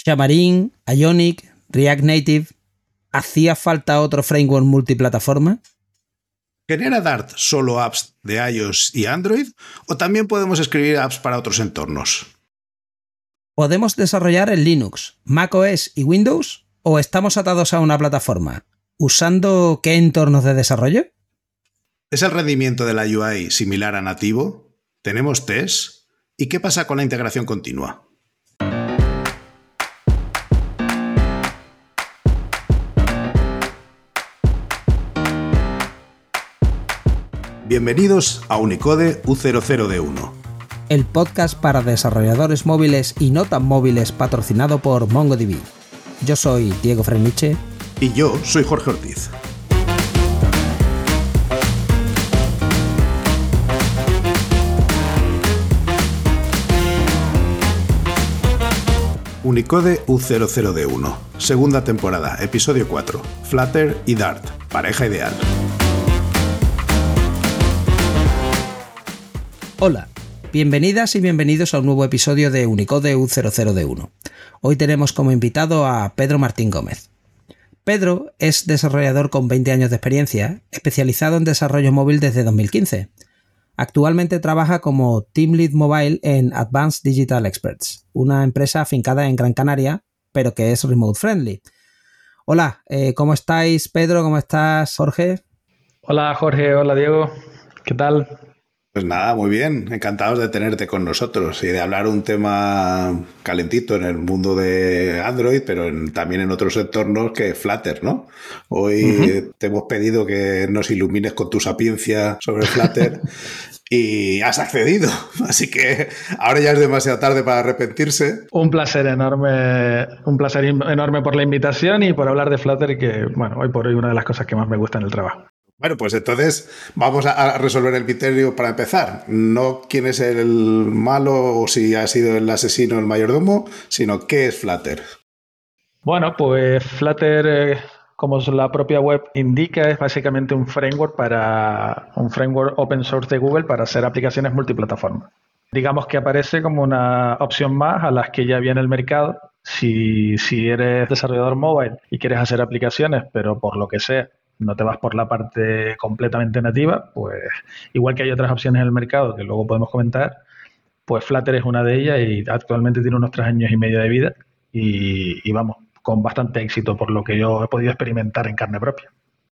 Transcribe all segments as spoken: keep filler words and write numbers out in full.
Xamarin, Ionic, React Native. ¿Hacía falta otro framework multiplataforma? ¿Genera Dart solo apps de iOS y Android o también podemos escribir apps para otros entornos? ¿Podemos desarrollar en Linux, macOS y Windows o estamos atados a una plataforma? ¿Usando qué entornos de desarrollo? ¿Es el rendimiento de la U I similar a nativo? ¿Tenemos tests? ¿Y qué pasa con la integración continua? Bienvenidos a Unicode U cero cero D uno. El podcast para desarrolladores móviles y no tan móviles patrocinado por MongoDB. Yo soy Diego Freniche. Y yo soy Jorge Ortiz. Unicode U cero cero D uno, segunda temporada, episodio cuatro, Flutter y Dart, pareja ideal. Hola, bienvenidas y bienvenidos a un nuevo episodio de Unicode U cero cero D uno. Hoy tenemos como invitado a Pedro Martín Gómez. Pedro es desarrollador con veinte años de experiencia, especializado en desarrollo móvil desde dos mil quince. Actualmente trabaja como Team Lead Mobile en Advanced Digital Experts, una empresa afincada en Gran Canaria, pero que es remote friendly. Hola, eh, ¿cómo estáis, Pedro? ¿Cómo estás, Jorge? Hola, Jorge. Hola, Diego. ¿Qué tal? Pues nada, muy bien. Encantados de tenerte con nosotros y de hablar un tema calentito en el mundo de Android, pero en, también en otros entornos que Flutter, ¿no? Hoy uh-huh. te hemos pedido que nos ilumines con tu sapiencia sobre Flutter y has accedido. Así que ahora ya es demasiado tarde para arrepentirse. Un placer enorme, un placer enorme por la invitación y por hablar de Flutter, que, bueno, hoy por hoy una de las cosas que más me gusta en el trabajo. Bueno, pues entonces vamos a resolver el misterio para empezar. No quién es el malo o si ha sido el asesino o el mayordomo, sino qué es Flutter. Bueno, pues Flutter, eh, como la propia web indica, es básicamente un framework para un framework open source de Google para hacer aplicaciones multiplataforma. Digamos que aparece como una opción más a las que ya había en el mercado. Si, si eres desarrollador móvil y quieres hacer aplicaciones, pero por lo que sea, no te vas por la parte completamente nativa, pues igual que hay otras opciones en el mercado que luego podemos comentar, pues Flutter es una de ellas y actualmente tiene unos tres años y medio de vida y, y vamos, con bastante éxito por lo que yo he podido experimentar en carne propia.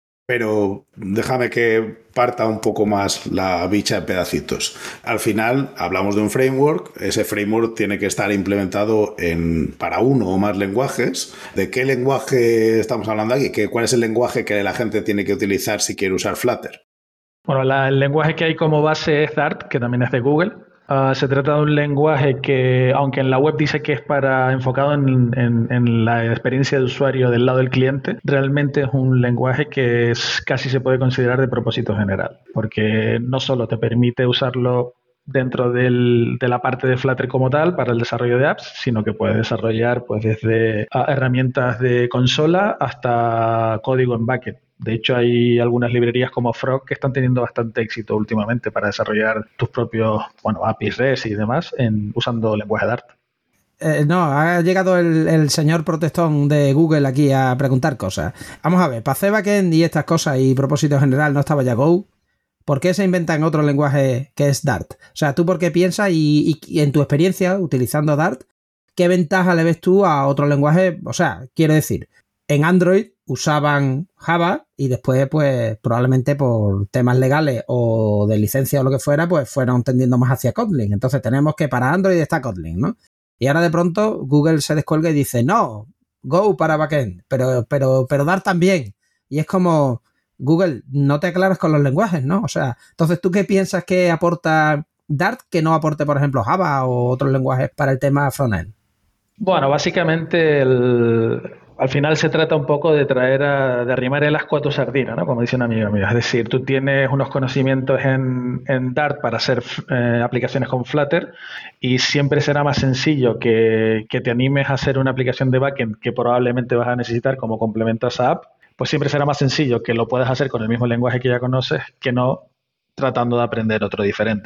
Pero déjame que parta un poco más la bicha en pedacitos. Al final hablamos de un framework, ese framework tiene que estar implementado en, para uno o más lenguajes. ¿De qué lenguaje estamos hablando aquí? ¿Qué, ¿Cuál es el lenguaje que la gente tiene que utilizar si quiere usar Flutter? Bueno, la, el lenguaje que hay como base es Dart, que también es de Google. Uh, se trata de un lenguaje que, aunque en la web dice que es para enfocado en, en, en la experiencia de usuario del lado del cliente, realmente es un lenguaje que es, casi se puede considerar de propósito general, porque no solo te permite usarlo dentro del, de la parte de Flutter como tal para el desarrollo de apps, sino que puedes desarrollar pues desde uh, herramientas de consola hasta código en backend. De hecho, hay algunas librerías como Frog que están teniendo bastante éxito últimamente para desarrollar tus propios, bueno, A P Is REST y demás en, usando lenguaje Dart. Eh, no, ha llegado el, el señor protestón de Google aquí a preguntar cosas. Vamos a ver, para hacer backend y estas cosas y propósito general no estaba ya Go. ¿Por qué se inventan otro lenguaje que es Dart? O sea, ¿tú por qué piensas y, y, y en tu experiencia utilizando Dart, qué ventaja le ves tú a otro lenguaje? O sea, quiero decir, en Android usaban Java y después, pues, probablemente por temas legales o de licencia o lo que fuera, pues fueron tendiendo más hacia Kotlin. Entonces tenemos que para Android está Kotlin, ¿no? Y ahora de pronto Google se descuelga y dice, no, Go para backend, pero, pero, pero Dart también. Y es como, Google, no te aclaras con los lenguajes, ¿no? O sea, entonces, ¿tú qué piensas que aporta Dart que no aporte, por ejemplo, Java o otros lenguajes para el tema frontend? Bueno, básicamente el... al final se trata un poco de traer a, de arrimar el ascua a tu sardina, ¿no? Como dice un amigo mío. Es decir, tú tienes unos conocimientos en, en Dart para hacer eh, aplicaciones con Flutter y siempre será más sencillo que, que te animes a hacer una aplicación de backend que probablemente vas a necesitar como complemento a esa app. Pues siempre será más sencillo que lo puedas hacer con el mismo lenguaje que ya conoces que no tratando de aprender otro diferente, ¿no?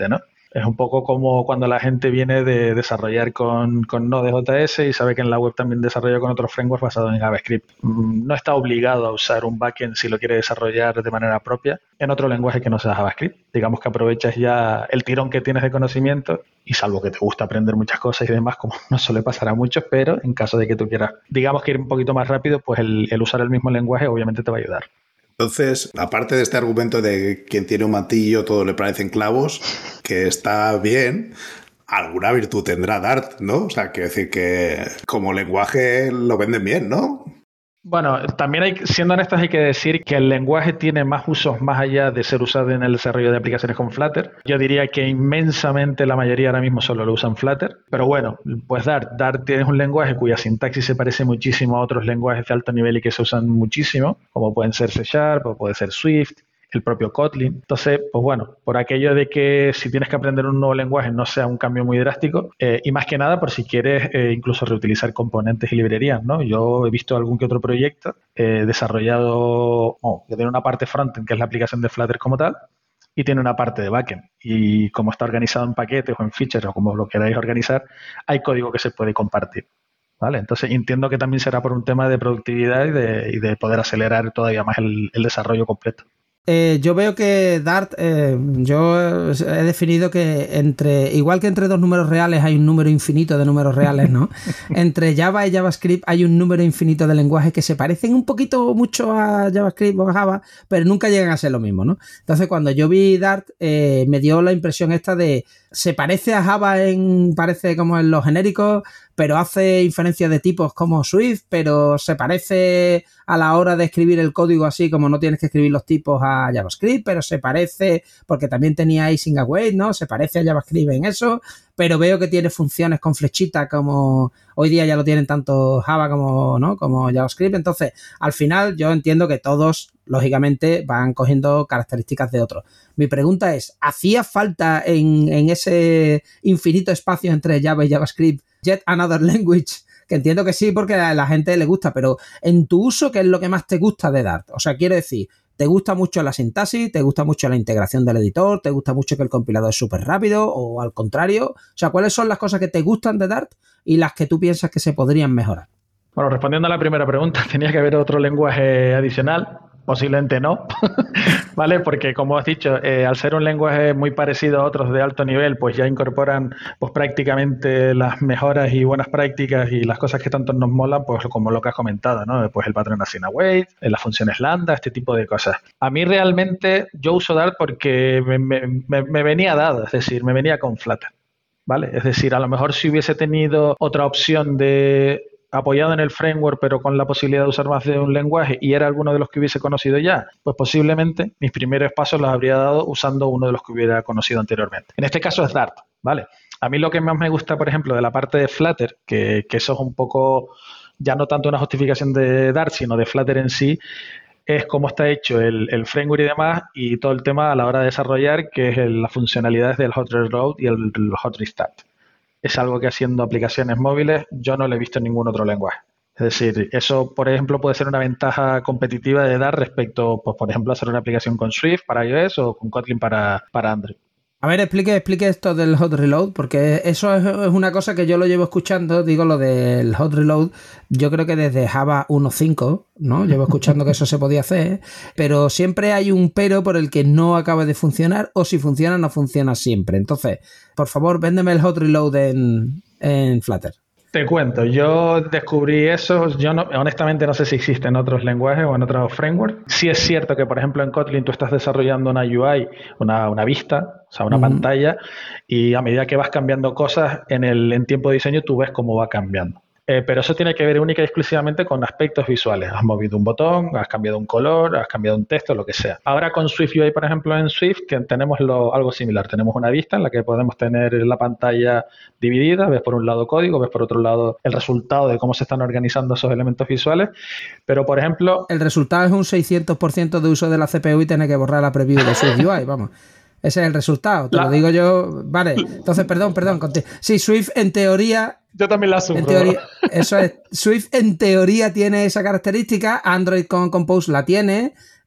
Es un poco como cuando la gente viene de desarrollar con, con Node.js y sabe que en la web también desarrolla con otros frameworks basados en JavaScript. No está obligado a usar un backend si lo quiere desarrollar de manera propia en otro lenguaje que no sea JavaScript. Digamos que aprovechas ya el tirón que tienes de conocimiento y salvo que te gusta aprender muchas cosas y demás, como no suele pasar a muchos, pero en caso de que tú quieras, digamos que ir un poquito más rápido, pues el, el usar el mismo lenguaje obviamente te va a ayudar. Entonces, aparte de este argumento de quien tiene un martillo todo le parecen clavos, que está bien, alguna virtud tendrá Dart, ¿no? O sea, quiero decir que como lenguaje lo venden bien, ¿no? Bueno, también hay, siendo honestos, hay que decir que el lenguaje tiene más usos más allá de ser usado en el desarrollo de aplicaciones con Flutter. Yo diría que inmensamente la mayoría ahora mismo solo lo usan Flutter. Pero bueno, pues Dart. Dart es un lenguaje cuya sintaxis se parece muchísimo a otros lenguajes de alto nivel y que se usan muchísimo, como pueden ser C Sharp o puede ser Swift, el propio Kotlin. Entonces, pues bueno, por aquello de que si tienes que aprender un nuevo lenguaje no sea un cambio muy drástico, eh, y más que nada por si quieres eh, incluso reutilizar componentes y librerías, ¿no? Yo he visto algún que otro proyecto eh, desarrollado, oh, que tiene una parte frontend, que es la aplicación de Flutter como tal, y tiene una parte de backend. Y como está organizado en paquetes o en features o como lo queráis organizar, hay código que se puede compartir. ¿Vale? Entonces entiendo que también será por un tema de productividad y de, y de poder acelerar todavía más el, el desarrollo completo. Eh, yo veo que Dart, eh, yo he definido que entre, igual que entre dos números reales hay un número infinito de números reales, ¿no? Entre Java y JavaScript hay un número infinito de lenguajes que se parecen un poquito mucho a JavaScript o a Java, pero nunca llegan a ser lo mismo, ¿no? Entonces cuando yo vi Dart eh, me dio la impresión esta de se parece a Java en, parece como en los genéricos, pero hace inferencias de tipos como Swift, pero se parece a la hora de escribir el código así como no tienes que escribir los tipos a JavaScript, pero se parece, porque también tenía async await, ¿no? Se parece a JavaScript en eso, pero veo que tiene funciones con flechita como hoy día ya lo tienen tanto Java como, ¿no? como JavaScript. Entonces, al final yo entiendo que todos, lógicamente, van cogiendo características de otros. Mi pregunta es, ¿hacía falta en, en ese infinito espacio entre Java y JavaScript Yet Another Language? Que entiendo que sí, porque a la gente le gusta, pero en tu uso, ¿qué es lo que más te gusta de Dart? O sea, quiero decir, ¿te gusta mucho la sintaxis? ¿Te gusta mucho la integración del editor? ¿Te gusta mucho que el compilador es súper rápido? ¿O al contrario? O sea, ¿cuáles son las cosas que te gustan de Dart y las que tú piensas que se podrían mejorar? Bueno, respondiendo a la primera pregunta, ¿tenía que haber otro lenguaje adicional? Posiblemente no, ¿vale? Porque como has dicho, eh, al ser un lenguaje muy parecido a otros de alto nivel, pues ya incorporan pues prácticamente las mejoras y buenas prácticas y las cosas que tanto nos molan, pues como lo que has comentado, ¿no? Pues el patrón async await, las funciones lambda, este tipo de cosas. A mí realmente yo uso Dart porque me, me, me, me venía dado, es decir, me venía con Flutter, ¿vale? Es decir, a lo mejor si hubiese tenido otra opción de apoyado en el framework, pero con la posibilidad de usar más de un lenguaje y era alguno de los que hubiese conocido ya, pues posiblemente mis primeros pasos los habría dado usando uno de los que hubiera conocido anteriormente. En este caso es Dart, ¿vale? A mí lo que más me gusta, por ejemplo, de la parte de Flutter, que, que eso es un poco ya no tanto una justificación de Dart, sino de Flutter en sí, es cómo está hecho el, el framework y demás, y todo el tema a la hora de desarrollar, que es el, las funcionalidades del hot reload y el, el hot restart. Es algo que haciendo aplicaciones móviles yo no lo he visto en ningún otro lenguaje. Es decir, eso, por ejemplo, puede ser una ventaja competitiva de Dart respecto, pues, por ejemplo, a hacer una aplicación con Swift para iOS o con Kotlin para, para Android. A ver, explique, explique esto del hot reload, porque eso es, es una cosa que yo lo llevo escuchando, digo lo del hot reload, yo creo que desde Java uno punto cinco, ¿no? Llevo escuchando que eso se podía hacer, pero siempre hay un pero por el que no acaba de funcionar, o si funciona, no funciona siempre. Entonces, por favor, véndeme el hot reload en, en Flutter. Te cuento, yo descubrí eso, yo no, honestamente no sé si existe en otros lenguajes o en otros frameworks. Sí es cierto que, por ejemplo, en Kotlin tú estás desarrollando una U I, una, una vista, o sea, una uh-huh. pantalla, y a medida que vas cambiando cosas en el en tiempo de diseño, tú ves cómo va cambiando. Eh, pero eso tiene que ver única y exclusivamente con aspectos visuales. Has movido un botón, has cambiado un color, has cambiado un texto, lo que sea. Ahora con Swift U I, por ejemplo, en Swift, que tenemos lo, algo similar. Tenemos una vista en la que podemos tener la pantalla dividida. Ves por un lado código, ves por otro lado el resultado de cómo se están organizando esos elementos visuales. Pero, por ejemplo... El resultado es un seiscientos por ciento de uso de la C P U y tener que borrar la preview de Swift U I, vamos. Ese es el resultado, te la... lo digo yo. Vale, entonces, perdón, perdón. Sí, Swift en teoría... Yo también la sufro. En teoría, eso es. Swift en teoría tiene esa característica, Android con Compose la tiene,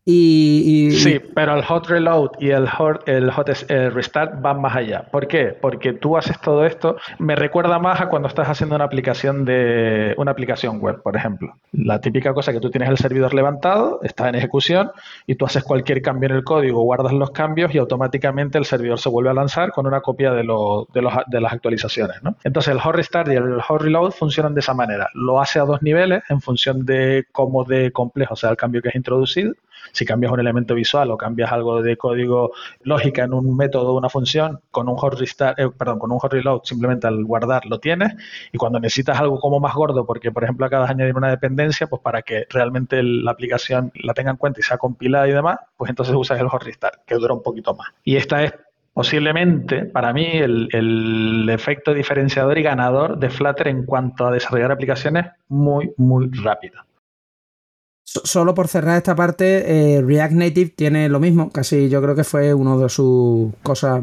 Y, y, sí, pero el hot reload y el hot, el hot el restart van más allá. ¿Por qué? Porque tú haces todo esto, me recuerda más a cuando estás haciendo una aplicación de una aplicación web, por ejemplo. La típica cosa que tú tienes el servidor levantado, está en ejecución y tú haces cualquier cambio en el código, guardas los cambios y automáticamente el servidor se vuelve a lanzar con una copia de, lo, de, los, de las actualizaciones, ¿no? Entonces el hot restart y el hot reload funcionan de esa manera. Lo hace a dos niveles en función de cómo de complejo sea el cambio que es introducido. Si cambias un elemento visual o cambias algo de código lógica en un método o una función, con un hot restart, eh, perdón, con un hot reload, simplemente al guardar lo tienes, y cuando necesitas algo como más gordo, porque por ejemplo acabas de añadir una dependencia, pues para que realmente el, la aplicación la tenga en cuenta y sea compilada y demás, pues entonces usas el hot restart, que dura un poquito más. Y esta es posiblemente, para mí, el, el efecto diferenciador y ganador de Flutter en cuanto a desarrollar aplicaciones muy, muy rápido. Solo por cerrar esta parte, eh, React Native tiene lo mismo, casi yo creo que fue uno de sus cosas,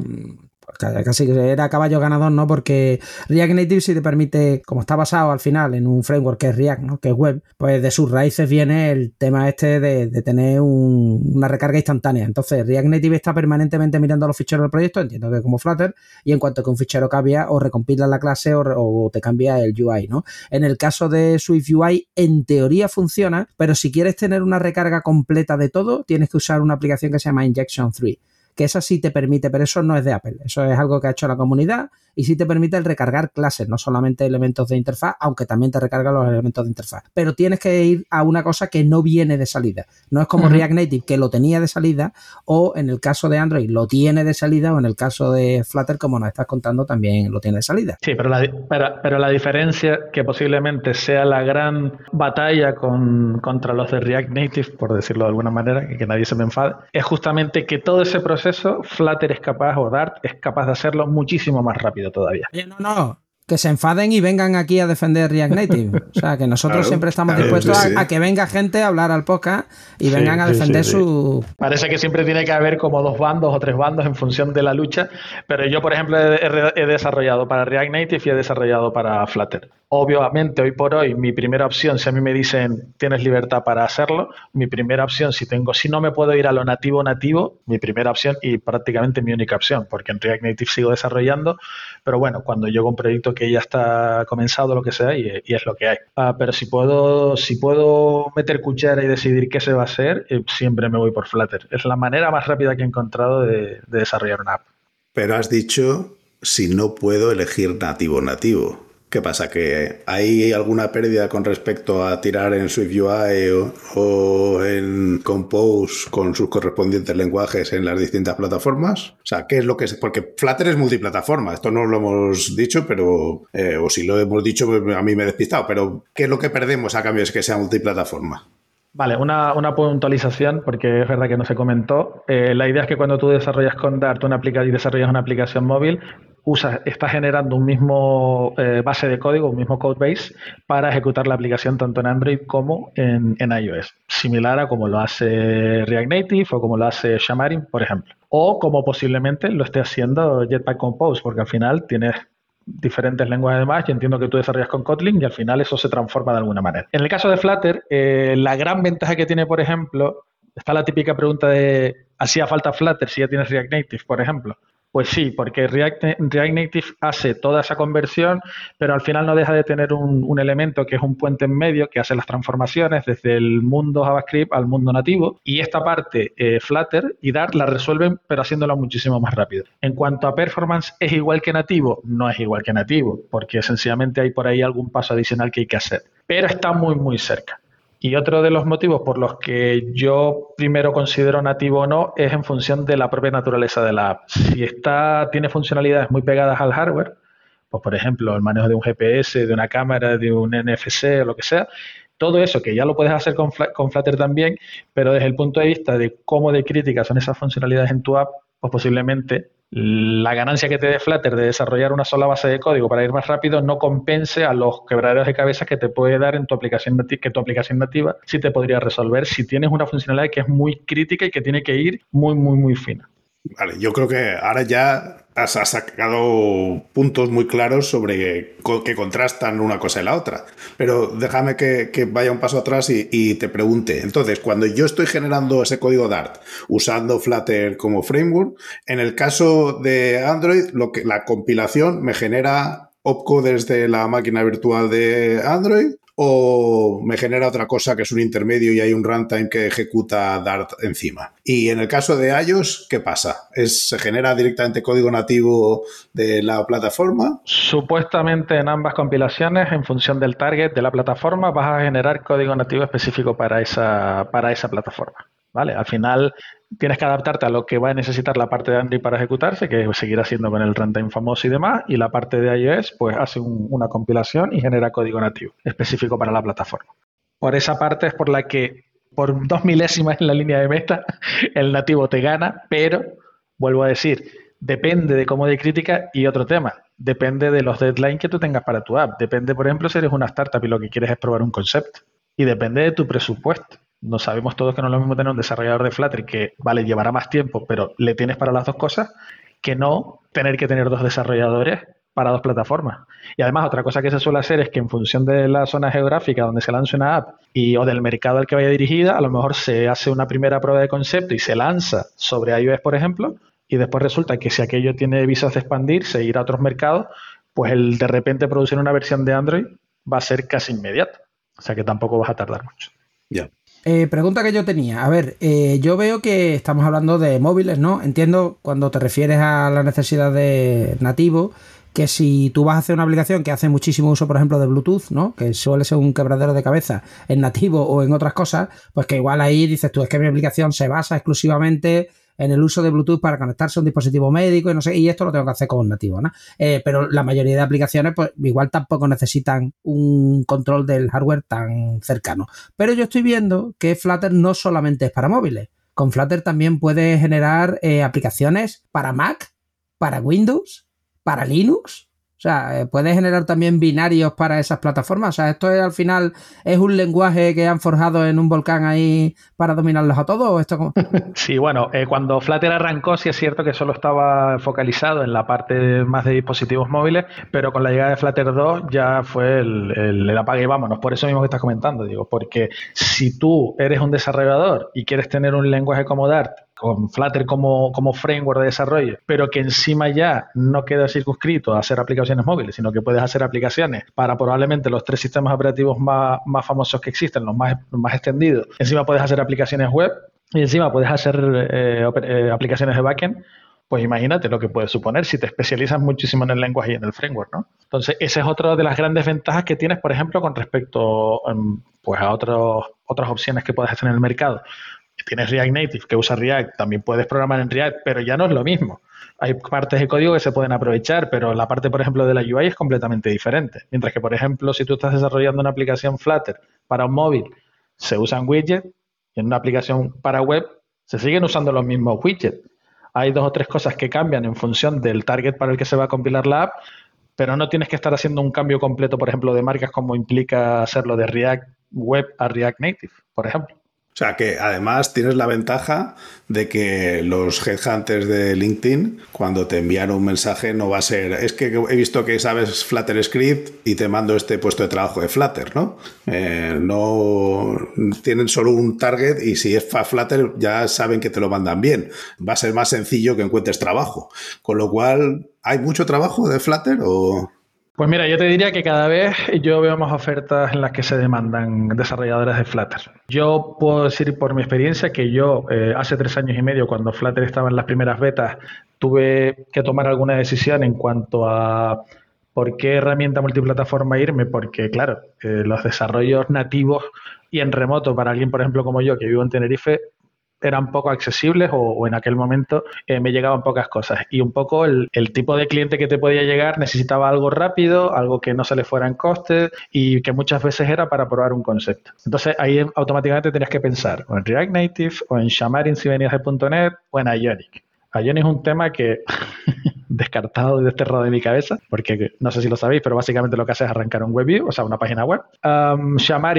casi que era caballo ganador, ¿no? Porque React Native sí te permite, como está basado al final en un framework que es React, ¿no? Que es web, pues de sus raíces viene el tema este de, de tener un, una recarga instantánea. Entonces React Native está permanentemente mirando los ficheros del proyecto, entiendo que como Flutter, y en cuanto que un fichero cambia, o recompila la clase o, o te cambia el U I, ¿no? En el caso de SwiftUI, en teoría funciona, pero si quieres tener una recarga completa de todo, tienes que usar una aplicación que se llama Injection tres. Que esa sí te permite, pero eso no es de Apple, eso es algo que ha hecho la comunidad y sí te permite el recargar clases, no solamente elementos de interfaz, aunque también te recarga los elementos de interfaz. Pero tienes que ir a una cosa que no viene de salida. No es como uh-huh. React Native, que lo tenía de salida, o en el caso de Android lo tiene de salida, o en el caso de Flutter, como nos estás contando, también lo tiene de salida. Sí, pero la, pero, pero la diferencia, que posiblemente sea la gran batalla con, contra los de React Native, por decirlo de alguna manera, que, que nadie se me enfade, es justamente que todo ese proceso Flutter es capaz, o Dart es capaz de hacerlo muchísimo más rápido todavía. Oye, no, no, que se enfaden y vengan aquí a defender React Native. O sea, que nosotros claro, siempre estamos claro, dispuestos sí, sí. A, a que venga gente a hablar al podcast y sí, vengan a defender sí, sí, su... Sí. Parece que siempre tiene que haber como dos bandos o tres bandos en función de la lucha, pero yo, por ejemplo, he, he desarrollado para React Native y he desarrollado para Flutter. Obviamente, hoy por hoy, mi primera opción, si a mí me dicen tienes libertad para hacerlo, mi primera opción, si tengo, si no me puedo ir a lo nativo nativo, mi primera opción y prácticamente mi única opción, porque en React Native sigo desarrollando, pero bueno, cuando llego a un proyecto que ya está comenzado, lo que sea, y, y es lo que hay. Uh, pero si puedo, si puedo meter cuchara y decidir qué se va a hacer, eh, siempre me voy por Flutter. Es la manera más rápida que he encontrado de, de desarrollar una app. Pero has dicho, si no puedo elegir nativo nativo. ¿Qué pasa? ¿Que hay alguna pérdida con respecto a tirar en SwiftUI o, o en Compose con sus correspondientes lenguajes en las distintas plataformas? O sea, ¿qué es lo que es? Porque Flutter es multiplataforma, esto no lo hemos dicho, pero eh, o si lo hemos dicho, a mí me he despistado, pero ¿qué es lo que perdemos a cambio de que sea multiplataforma? Vale, una, una puntualización, porque es verdad que no se comentó. Eh, la idea es que cuando tú desarrollas con Dart una aplicación y desarrollas una aplicación móvil, usas, estás generando un mismo eh, base de código, un mismo code base para ejecutar la aplicación tanto en Android como en, en iOS. Similar a como lo hace React Native o como lo hace Xamarin, por ejemplo. O como posiblemente lo esté haciendo Jetpack Compose, porque al final tienes diferentes lenguajes además, y entiendo que tú desarrollas con Kotlin y al final eso se transforma de alguna manera. En el caso de Flutter, eh, la gran ventaja que tiene, por ejemplo, está la típica pregunta de ¿hacía falta Flutter si ya tienes React Native, por ejemplo? Pues sí, porque React, React Native hace toda esa conversión, pero al final no deja de tener un, un elemento que es un puente en medio que hace las transformaciones desde el mundo JavaScript al mundo nativo, y esta parte eh, Flutter y Dart la resuelven, pero haciéndola muchísimo más rápido. En cuanto a performance, ¿es igual que nativo? No es igual que nativo, porque sencillamente hay por ahí algún paso adicional que hay que hacer, pero está muy, muy cerca. Y otro de los motivos por los que yo primero considero nativo o no es en función de la propia naturaleza de la app. Si está, tiene funcionalidades muy pegadas al hardware, pues por ejemplo el manejo de un G P S, de una cámara, de un N F C o lo que sea, todo eso que ya lo puedes hacer con, con Flutter también, pero desde el punto de vista de cómo de críticas son esas funcionalidades en tu app, pues posiblemente la ganancia que te dé Flutter de desarrollar una sola base de código para ir más rápido no compense a los quebraderos de cabeza que te puede dar en tu aplicación nativa, que tu aplicación nativa sí te podría resolver si tienes una funcionalidad que es muy crítica y que tiene que ir muy, muy, muy fina. Vale, yo creo que ahora ya has, has sacado puntos muy claros sobre que contrastan una cosa y la otra. Pero déjame que, que vaya un paso atrás y, y te pregunte. Entonces, cuando yo estoy generando ese código Dart usando Flutter como framework, en el caso de Android, lo que, la compilación me genera opcode desde la máquina virtual de Android, o me genera otra cosa que es un intermedio y hay un runtime que ejecuta Dart encima. Y en el caso de iOS, ¿qué pasa? ¿Es, ¿Se genera directamente código nativo de la plataforma? Supuestamente en ambas compilaciones, en función del target de la plataforma, vas a generar código nativo específico para esa, para esa plataforma. ¿Vale? Al final tienes que adaptarte a lo que va a necesitar la parte de Android para ejecutarse, que seguirá siendo con el runtime famoso y demás, y la parte de iOS pues hace un, una compilación y genera código nativo específico para la plataforma. Por esa parte es por la que por dos milésimas en la línea de meta el nativo te gana, pero vuelvo a decir, depende de cómo de crítica y otro tema, depende de los deadlines que tú tengas para tu app, depende, por ejemplo, si eres una startup y lo que quieres es probar un concepto, y depende de tu presupuesto. No sabemos todos que no es lo mismo tener un desarrollador de Flutter que, vale, llevará más tiempo, pero le tienes para las dos cosas, que no tener que tener dos desarrolladores para dos plataformas. Y además, otra cosa que se suele hacer es que en función de la zona geográfica donde se lance una app y o del mercado al que vaya dirigida, a lo mejor se hace una primera prueba de concepto y se lanza sobre iOS, por ejemplo, y después resulta que si aquello tiene visos de expandirse e ir a otros mercados, pues el de repente producir una versión de Android va a ser casi inmediato. O sea que tampoco vas a tardar mucho. Ya. Yeah. Eh, pregunta que yo tenía. A ver, eh, yo veo que estamos hablando de móviles, ¿no? Entiendo cuando te refieres a la necesidad de nativo, que si tú vas a hacer una aplicación que hace muchísimo uso, por ejemplo, de Bluetooth, ¿no? Que suele ser un quebradero de cabeza en nativo o en otras cosas, pues que igual ahí dices tú, es que mi aplicación se basa exclusivamente en el uso de Bluetooth para conectarse a un dispositivo médico y no sé, y esto lo tengo que hacer con nativo, ¿no? Eh, pero la mayoría de aplicaciones, pues igual tampoco necesitan un control del hardware tan cercano. Pero yo estoy viendo que Flutter no solamente es para móviles. Con Flutter también puedes generar eh, aplicaciones para Mac, para Windows, para Linux. O sea, puedes generar también binarios para esas plataformas. O sea, esto es, al final es un lenguaje que han forjado en un volcán ahí para dominarlos a todos. ¿O esto cómo? Sí, bueno, eh, cuando Flutter arrancó, sí es cierto que solo estaba focalizado en la parte más de dispositivos móviles, pero con la llegada de Flutter dos ya fue el, el, el apague y vámonos. Por eso mismo que estás comentando, digo, porque si tú eres un desarrollador y quieres tener un lenguaje como Dart, con Flutter como, como framework de desarrollo, pero que encima ya no queda circunscrito a hacer aplicaciones móviles, sino que puedes hacer aplicaciones para probablemente los tres sistemas operativos más, más famosos que existen, los más, los más extendidos. Encima puedes hacer aplicaciones web y encima puedes hacer eh, eh, aplicaciones de backend. Pues imagínate lo que puede suponer si te especializas muchísimo en el lenguaje y en el framework, ¿no? Entonces, esa es otra de las grandes ventajas que tienes, por ejemplo, con respecto um, pues a otros, otras opciones que puedes hacer en el mercado. Tienes React Native que usa React, también puedes programar en React, pero ya no es lo mismo. Hay partes de código que se pueden aprovechar, pero la parte, por ejemplo, de la U I es completamente diferente. Mientras que, por ejemplo, si tú estás desarrollando una aplicación Flutter para un móvil, se usan widgets, y en una aplicación para web se siguen usando los mismos widgets. Hay dos o tres cosas que cambian en función del target para el que se va a compilar la app, pero no tienes que estar haciendo un cambio completo, por ejemplo, de marcas como implica hacerlo de React Web a React Native, por ejemplo. O sea que además tienes la ventaja de que los headhunters de LinkedIn, cuando te envían un mensaje, no va a ser, es que he visto que sabes Flutter Script y te mando este puesto de trabajo de Flutter, ¿no? Eh, no tienen solo un target y si es para Flutter ya saben que te lo mandan bien. Va a ser más sencillo que encuentres trabajo. Con lo cual, ¿hay mucho trabajo de Flutter o...? Pues mira, yo te diría que cada vez yo veo más ofertas en las que se demandan desarrolladores de Flutter. Yo puedo decir por mi experiencia que yo eh, hace tres años y medio, cuando Flutter estaba en las primeras betas, tuve que tomar alguna decisión en cuanto a por qué herramienta multiplataforma irme, porque claro, eh, los desarrollos nativos y en remoto para alguien, por ejemplo, como yo, que vivo en Tenerife, eran poco accesibles o, o en aquel momento eh, me llegaban pocas cosas. Y un poco el, el tipo de cliente que te podía llegar necesitaba algo rápido, algo que no se le fuera en costes y que muchas veces era para probar un concepto. Entonces ahí automáticamente tenías que pensar o en React Native o en Xamarin si venías de punto net o en Ionic. Ionic es un tema que descartado y desterrado de mi cabeza, porque no sé si lo sabéis, pero básicamente lo que hace es arrancar un WebView, o sea, una página web. Um, Xamarin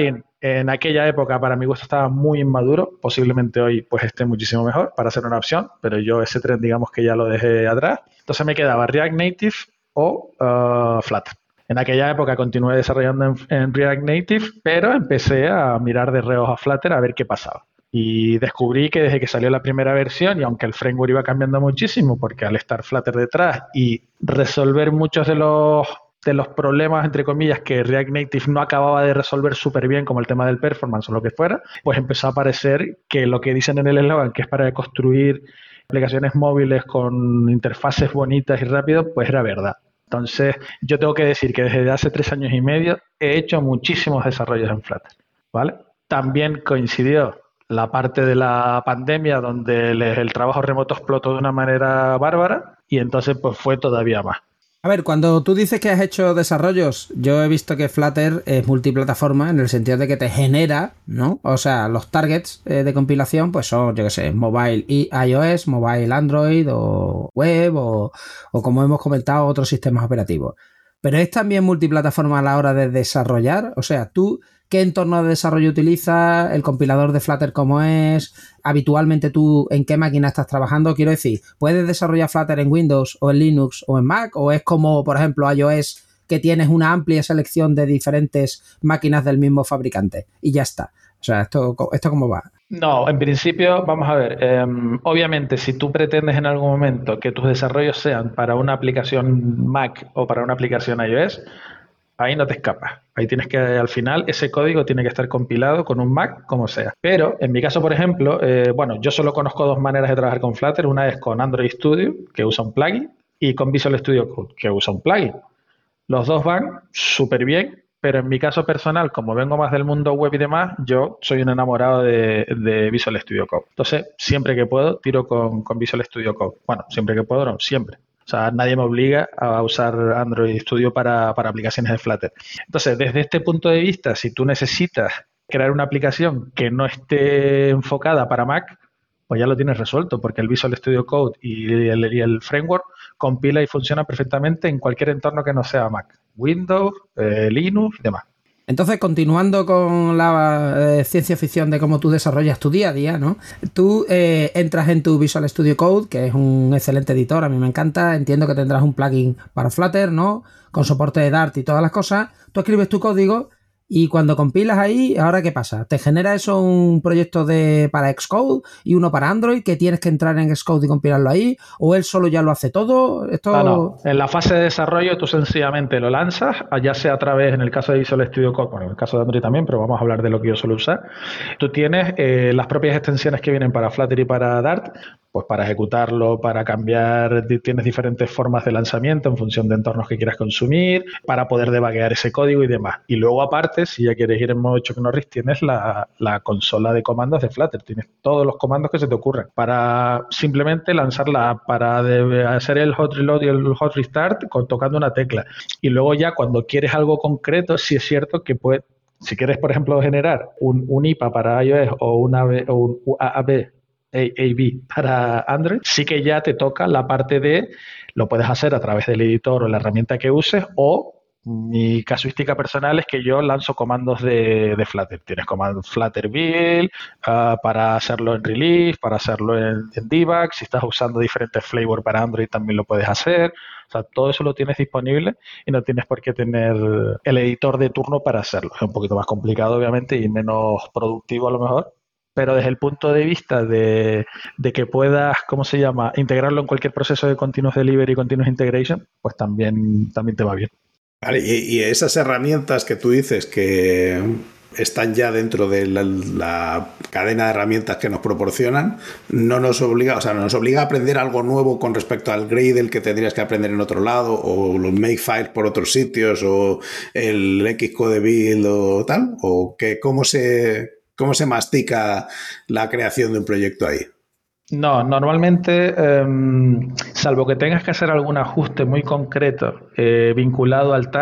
En aquella época, para mi gusto, estaba muy inmaduro. Posiblemente hoy pues esté muchísimo mejor para ser una opción, pero yo ese tren, digamos que ya lo dejé atrás. Entonces me quedaba React Native o uh, Flutter. En aquella época continué desarrollando en, en React Native, pero empecé a mirar de reojo a Flutter a ver qué pasaba. Y descubrí que desde que salió la primera versión, y aunque el framework iba cambiando muchísimo, porque al estar Flutter detrás y resolver muchos de los de los problemas, entre comillas, que React Native no acababa de resolver súper bien, como el tema del performance o lo que fuera, pues empezó a aparecer que lo que dicen en el eslogan, que es para construir aplicaciones móviles con interfaces bonitas y rápidas, pues era verdad. Entonces, yo tengo que decir que desde hace tres años y medio he hecho muchísimos desarrollos en Flutter, ¿vale? También coincidió la parte de la pandemia donde el, el trabajo remoto explotó de una manera bárbara y entonces pues fue todavía más. A ver, cuando tú dices que has hecho desarrollos, yo he visto que Flutter es multiplataforma en el sentido de que te genera, ¿no? O sea, los targets eh, de compilación pues son, yo qué sé, mobile y iOS, mobile Android o web o, o como hemos comentado, otros sistemas operativos. Pero es también multiplataforma a la hora de desarrollar. O sea, tú, ¿qué entorno de desarrollo utilizas? ¿El compilador de Flutter cómo es? Habitualmente tú, ¿en qué máquina estás trabajando? Quiero decir, ¿puedes desarrollar Flutter en Windows o en Linux o en Mac? ¿O es como, por ejemplo, iOS, que tienes una amplia selección de diferentes máquinas del mismo fabricante? Y ya está. O sea, ¿esto, esto cómo va? No, en principio, vamos a ver, eh, obviamente si tú pretendes en algún momento que tus desarrollos sean para una aplicación Mac o para una aplicación iOS, ahí no te escapas. Ahí tienes que, al final, ese código tiene que estar compilado con un Mac, como sea. Pero, en mi caso, por ejemplo, eh, bueno, yo solo conozco dos maneras de trabajar con Flutter. Una es con Android Studio, que usa un plugin, y con Visual Studio Code, que usa un plugin. Los dos van súper bien, pero en mi caso personal, como vengo más del mundo web y demás, yo soy un enamorado de, de Visual Studio Code. Entonces, siempre que puedo, tiro con, con Visual Studio Code. Bueno, siempre que puedo, no, siempre. O sea, nadie me obliga a usar Android Studio para, para aplicaciones de Flutter. Entonces, desde este punto de vista, si tú necesitas crear una aplicación que no esté enfocada para Mac, pues ya lo tienes resuelto, porque el Visual Studio Code y el, y el framework compila y funciona perfectamente en cualquier entorno que no sea Mac. Windows, eh, Linux y demás. Entonces, continuando con la eh, ciencia ficción de cómo tú desarrollas tu día a día, ¿no? Tú eh, entras en tu Visual Studio Code, que es un excelente editor, a mí me encanta, entiendo que tendrás un plugin para Flutter, ¿no? Con soporte de Dart y todas las cosas. Tú escribes tu código y cuando compilas ahí, ¿ahora qué pasa? ¿Te genera eso un proyecto de para Xcode y uno para Android que tienes que entrar en Xcode y compilarlo ahí? ¿O él solo ya lo hace todo? Esto... No, no. En la fase de desarrollo tú sencillamente lo lanzas, ya sea a través, en el caso de Visual Studio Code, bueno, en el caso de Android también, pero vamos a hablar de lo que yo suelo usar. Tú tienes eh, las propias extensiones que vienen para Flutter y para Dart, pues para ejecutarlo, para cambiar, tienes diferentes formas de lanzamiento en función de entornos que quieras consumir, para poder debuguear ese código y demás. Y luego aparte, si ya quieres ir en modo Chuck Norris, tienes la, la consola de comandos de Flutter, tienes todos los comandos que se te ocurran para simplemente lanzar la app, para de, hacer el hot reload y el hot restart con, tocando una tecla. Y luego ya cuando quieres algo concreto, sí es cierto que puedes, si quieres, por ejemplo, generar un, un I P A para iOS o, una, o un A A B A B para Android, sí que ya te toca la parte de, lo puedes hacer a través del editor o la herramienta que uses, o mi casuística personal es que yo lanzo comandos de, de Flutter. Tienes comandos Flutter build uh, para hacerlo en release, para hacerlo en, en debug. Si estás usando diferentes flavors para Android también lo puedes hacer. O sea, todo eso lo tienes disponible y no tienes por qué tener el editor de turno para hacerlo. Es un poquito más complicado, obviamente, y menos productivo a lo mejor. Pero desde el punto de vista de, de que puedas, ¿cómo se llama?, integrarlo en cualquier proceso de continuous delivery y continuous integration, pues también, también te va bien. Vale, y, y esas herramientas que tú dices que están ya dentro de la, la cadena de herramientas que nos proporcionan, no nos obliga, o sea, nos obliga a aprender algo nuevo con respecto al Gradle que tendrías que aprender en otro lado, o los Makefiles por otros sitios, o el Xcode build o tal, o que cómo se... ¿Cómo se mastica la creación de un proyecto ahí? No, normalmente, eh, salvo que tengas que hacer algún ajuste muy concreto eh, vinculado al target,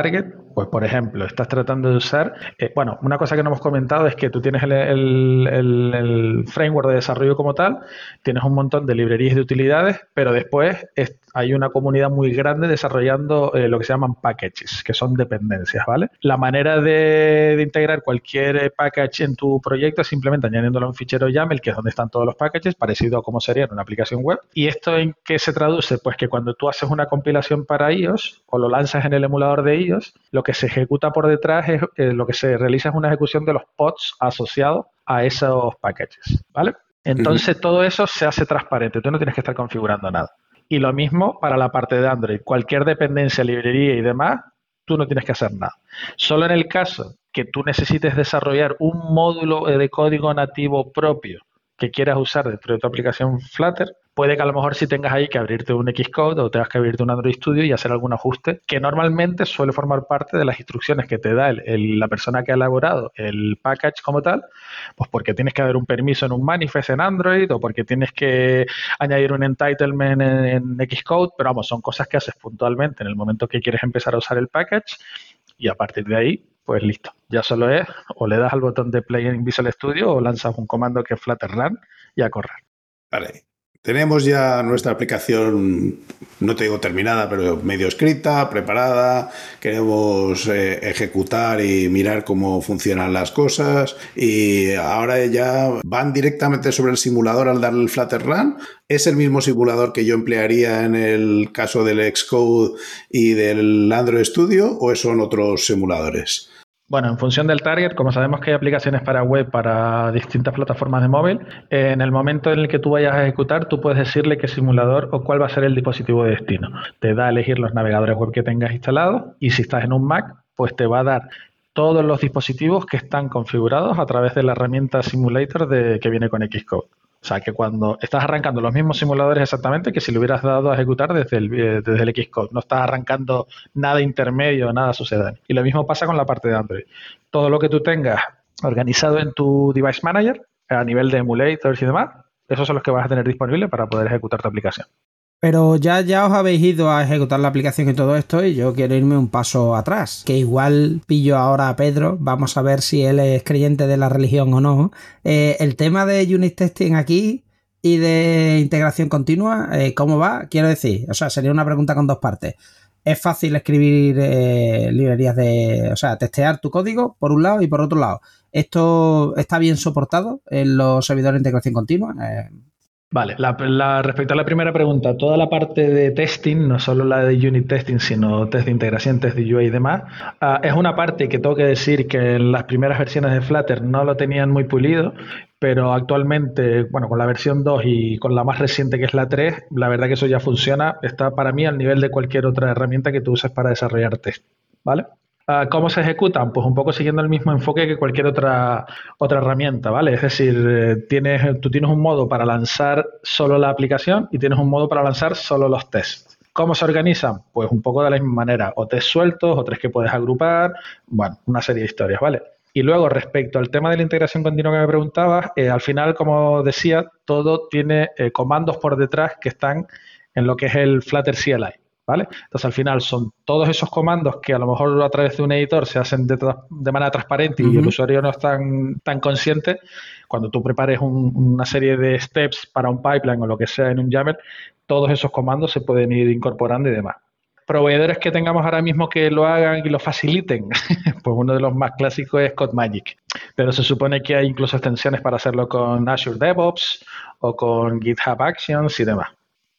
Pues, por ejemplo, estás tratando de usar... Eh, bueno, una cosa que no hemos comentado es que tú tienes el, el, el, el framework de desarrollo como tal, tienes un montón de librerías de utilidades, pero después es, hay una comunidad muy grande desarrollando eh, lo que se llaman packages, que son dependencias, ¿vale? La manera de, de integrar cualquier package en tu proyecto es simplemente añadiéndolo a un fichero YAML, que es donde están todos los packages, parecido a como sería en una aplicación web. ¿Y esto en qué se traduce? Pues que cuando tú haces una compilación para iOS o lo lanzas en el emulador de iOS, lo que se ejecuta por detrás es eh, lo que se realiza es una ejecución de los pods asociados a esos packages, ¿vale? Entonces uh-huh. todo eso se hace transparente, tú no tienes que estar configurando nada. Y lo mismo para la parte de Android, cualquier dependencia, librería y demás, tú no tienes que hacer nada. Solo en el caso que tú necesites desarrollar un módulo de código nativo propio que quieras usar dentro de tu aplicación Flutter, puede que a lo mejor si tengas ahí que abrirte un Xcode o tengas que abrirte un Android Studio y hacer algún ajuste que normalmente suele formar parte de las instrucciones que te da el, el, la persona que ha elaborado el package como tal, pues porque tienes que dar un permiso en un manifest en Android o porque tienes que añadir un entitlement en, en Xcode, pero vamos, son cosas que haces puntualmente en el momento que quieres empezar a usar el package y a partir de ahí, pues listo. Ya solo es o le das al botón de play en Visual Studio o lanzas un comando que es flutter run y a correr. Vale. Tenemos ya nuestra aplicación, no te digo terminada, pero medio escrita, preparada. Queremos eh, ejecutar y mirar cómo funcionan las cosas. Y ahora ya van directamente sobre el simulador al darle el Flutter Run. ¿Es el mismo simulador que yo emplearía en el caso del Xcode y del Android Studio o son otros simuladores? Bueno, en función del target, como sabemos que hay aplicaciones para web, para distintas plataformas de móvil, eh, en el momento en el que tú vayas a ejecutar, tú puedes decirle qué simulador o cuál va a ser el dispositivo de destino. Te da a elegir los navegadores web que tengas instalados y si estás en un Mac, pues te va a dar todos los dispositivos que están configurados a través de la herramienta Simulator de, que viene con Xcode. O sea, que cuando estás arrancando los mismos simuladores exactamente que si lo hubieras dado a ejecutar desde el, eh, desde el Xcode. No estás arrancando nada intermedio, nada sucedáneo. Y lo mismo pasa con la parte de Android. Todo lo que tú tengas organizado en tu Device Manager, a nivel de emulators y demás, esos son los que vas a tener disponibles para poder ejecutar tu aplicación. Pero ya, ya os habéis ido a ejecutar la aplicación y todo esto y yo quiero irme un paso atrás, que igual pillo ahora a Pedro, vamos a ver si él es creyente de la religión o no. Eh, el tema de unit testing aquí y de integración continua, eh, ¿cómo va? Quiero decir, o sea, sería una pregunta con dos partes. Es fácil escribir eh, librerías de, o sea, testear tu código por un lado y por otro lado. ¿Esto está bien soportado en los servidores de integración continua? Eh, Vale, la, la, respecto a la primera pregunta, toda la parte de testing, no solo la de unit testing, sino test de integración, test de U I y demás, uh, es una parte que tengo que decir que en las primeras versiones de Flutter no lo tenían muy pulido, pero actualmente, bueno, con la versión dos y con la más reciente que es la tres, la verdad que eso ya funciona, está para mí al nivel de cualquier otra herramienta que tú uses para desarrollar test, ¿vale? ¿Cómo se ejecutan? Pues un poco siguiendo el mismo enfoque que cualquier otra, otra herramienta, ¿vale? Es decir, tienes, tú tienes un modo para lanzar solo la aplicación y tienes un modo para lanzar solo los tests. ¿Cómo se organizan? Pues un poco de la misma manera, o test sueltos, o test que puedes agrupar, bueno, una serie de historias, ¿vale? Y luego, respecto al tema de la integración continua que me preguntabas, eh, al final, como decía, todo tiene eh, comandos por detrás que están en lo que es el Flutter C L I. ¿Vale? Entonces, al final, son todos esos comandos que a lo mejor a través de un editor se hacen de, de manera transparente uh-huh. y el usuario no es tan, tan consciente. Cuando tú prepares un, una serie de steps para un pipeline o lo que sea en un YAML, todos esos comandos se pueden ir incorporando y demás. Proveedores que tengamos ahora mismo que lo hagan y lo faciliten, pues uno de los más clásicos es CodeMagic. Pero se supone que hay incluso extensiones para hacerlo con Azure DevOps o con GitHub Actions y demás.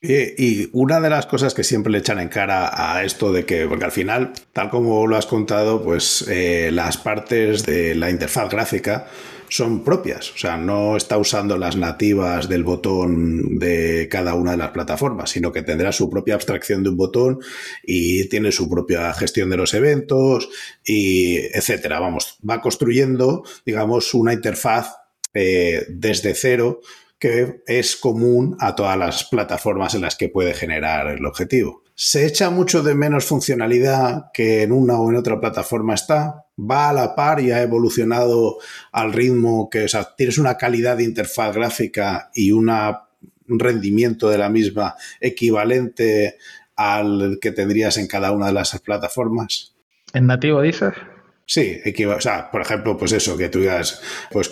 Y una de las cosas que siempre le echan en cara a esto de que, porque al final, tal como lo has contado, pues eh, las partes de la interfaz gráfica son propias, o sea, no está usando las nativas del botón de cada una de las plataformas, sino que tendrá su propia abstracción de un botón y tiene su propia gestión de los eventos y etcétera. Vamos, va construyendo, digamos, una interfaz eh, desde cero que es común a todas las plataformas en las que puede generar el objetivo. Se echa mucho de menos funcionalidad que en una o en otra plataforma está, va a la par y ha evolucionado al ritmo que, o sea, tienes una calidad de interfaz gráfica y una, un rendimiento de la misma equivalente al que tendrías en cada una de las plataformas. ¿En nativo dices? Sí, equiva- o sea, por ejemplo, pues eso, que tú digas, pues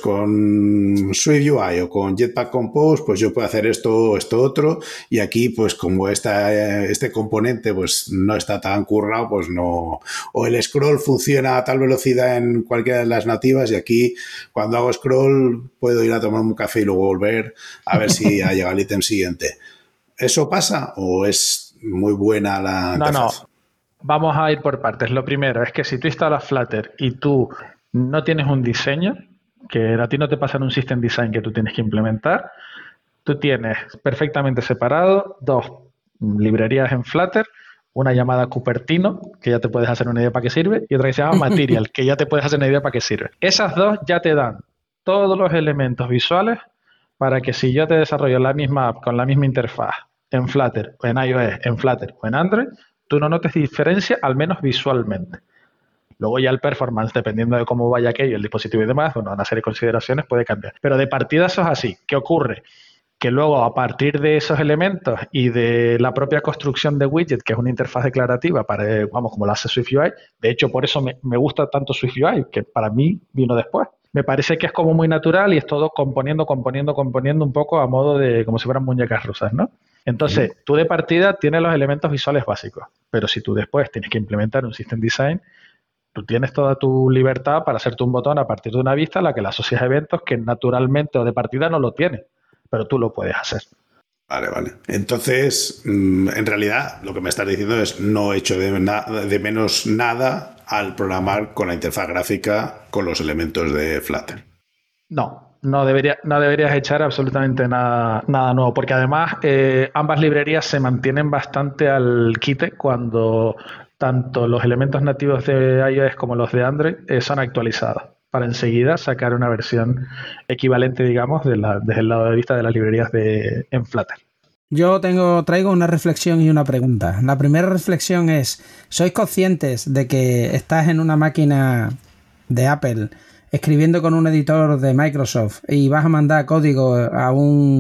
con SwiftUI o con Jetpack Compose, pues yo puedo hacer esto, esto otro, y aquí, pues como esta, este componente pues no está tan currado, pues no, o el scroll funciona a tal velocidad en cualquiera de las nativas, y aquí cuando hago scroll puedo ir a tomar un café y luego volver a ver si ha llegado el ítem siguiente. ¿Eso pasa o es muy buena la No, no. interfaz? Vamos a ir por partes. Lo primero es que si tú instalas Flutter y tú no tienes un diseño, que a ti no te pasa en un system design que tú tienes que implementar, tú tienes perfectamente separado dos librerías en Flutter, una llamada Cupertino, que ya te puedes hacer una idea para qué sirve, y otra que se llama Material, que ya te puedes hacer una idea para qué sirve. Esas dos ya te dan todos los elementos visuales para que si yo te desarrollo la misma app con la misma interfaz en Flutter, o en iOS, en Flutter o en Android, tú no notes diferencia, al menos visualmente. Luego ya el performance, dependiendo de cómo vaya aquello, el dispositivo y demás, bueno, una serie de consideraciones puede cambiar. Pero de partida eso es así. ¿Qué ocurre? Que luego a partir de esos elementos y de la propia construcción de widget, que es una interfaz declarativa para, vamos, como lo hace SwiftUI, de hecho por eso me, me gusta tanto SwiftUI, que para mí vino después. Me parece que es como muy natural y es todo componiendo, componiendo, componiendo un poco a modo de como si fueran muñecas rusas, ¿no? Entonces, tú de partida tienes los elementos visuales básicos, pero si tú después tienes que implementar un system design, tú tienes toda tu libertad para hacerte un botón a partir de una vista a la que le asocias eventos que naturalmente o de partida no lo tienes, pero tú lo puedes hacer. Vale, vale. Entonces, en realidad, lo que me estás diciendo es no he hecho de, na- de menos nada al programar con la interfaz gráfica con los elementos de Flutter. No, no, debería, no deberías echar absolutamente nada, nada nuevo, porque además eh, ambas librerías se mantienen bastante al quite cuando tanto los elementos nativos de iOS como los de Android eh, son actualizados, para enseguida sacar una versión equivalente, digamos, de la, desde el lado de vista de las librerías de, en Flutter. Yo tengo, traigo una reflexión y una pregunta. La primera reflexión es, ¿sois conscientes de que estás en una máquina de Apple escribiendo con un editor de Microsoft y vas a mandar código a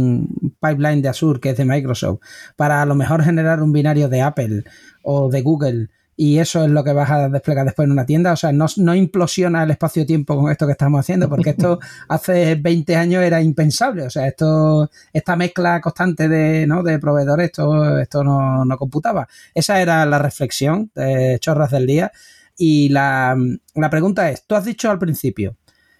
un pipeline de Azure que es de Microsoft para a lo mejor generar un binario de Apple o de Google? Y eso es lo que vas a desplegar después en una tienda. O sea, no, no implosiona el espacio-tiempo con esto que estamos haciendo, porque esto hace veinte años era impensable. O sea, esto, esta mezcla constante de, ¿no? de proveedores, esto, esto no, no computaba. Esa era la reflexión de Chorras del Día. Y la, la pregunta es, tú has dicho al principio,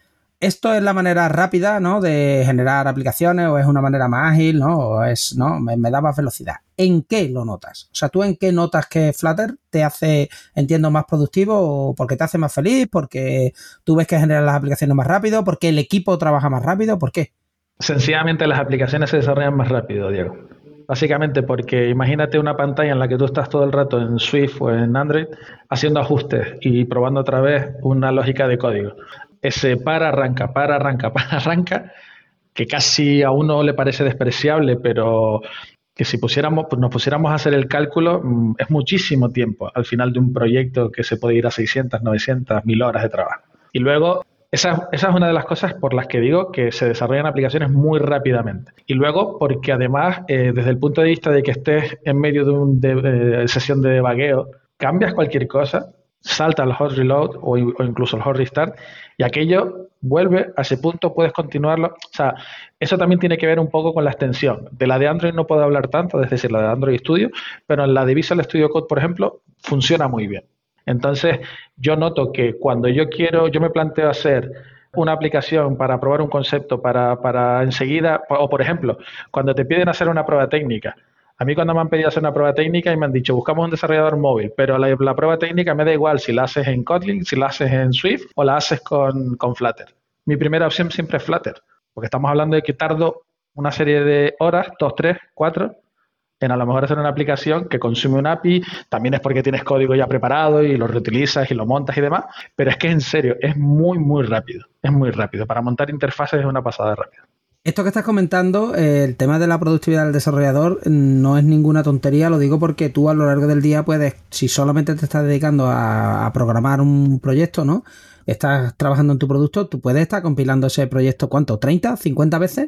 ¿esto es la manera rápida, ¿no? de generar aplicaciones o es una manera más ágil, ¿no? O es, ¿no? Me, me da más velocidad. ¿En qué lo notas? O sea, ¿tú en qué notas que Flutter te hace, entiendo, más productivo o porque te hace más feliz, porque tú ves que generas las aplicaciones más rápido, porque el equipo trabaja más rápido? ¿Por qué? Sencillamente las aplicaciones se desarrollan más rápido, Diego. Básicamente porque imagínate una pantalla en la que tú estás todo el rato en Swift o en Android haciendo ajustes y probando otra vez una lógica de código. Ese para, arranca, para, arranca, para, arranca, que casi a uno le parece despreciable, pero que si pusiéramos, pues nos pusiéramos a hacer el cálculo, es muchísimo tiempo al final de un proyecto que se puede ir a seiscientas, novecientas, mil horas de trabajo. Y luego, esa, esa es una de las cosas por las que digo que se desarrollan aplicaciones muy rápidamente. Y luego, porque además, eh, desde el punto de vista de que estés en medio de una sesión de debugueo, cambias cualquier cosa, salta el hot reload o, o incluso el hot restart y aquello vuelve a ese punto, puedes continuarlo. O sea, eso también tiene que ver un poco con la extensión. De la de Android no puedo hablar tanto, es decir, la de Android Studio, pero en la de Visual Studio Code, por ejemplo, funciona muy bien. Entonces, yo noto que cuando yo quiero, yo me planteo hacer una aplicación para probar un concepto, para, para enseguida, o por ejemplo, cuando te piden hacer una prueba técnica. A mí cuando me han pedido hacer una prueba técnica y me han dicho, buscamos un desarrollador móvil, pero la, la prueba técnica me da igual si la haces en Kotlin, si la haces en Swift o la haces con, con Flutter. Mi primera opción siempre es Flutter, porque estamos hablando de que tardo una serie de horas, dos, tres, cuatro, en a lo mejor hacer una aplicación que consume un A P I, también es porque tienes código ya preparado y lo reutilizas y lo montas y demás, pero es que en serio, es muy, muy rápido, es muy rápido. Para montar interfaces es una pasada rápida. Esto que estás comentando, eh, el tema de la productividad del desarrollador, no es ninguna tontería, lo digo porque tú a lo largo del día puedes, si solamente te estás dedicando a, a programar un proyecto, ¿no? Estás trabajando en tu producto, tú puedes estar compilando ese proyecto, ¿cuánto? ¿treinta? ¿cincuenta veces?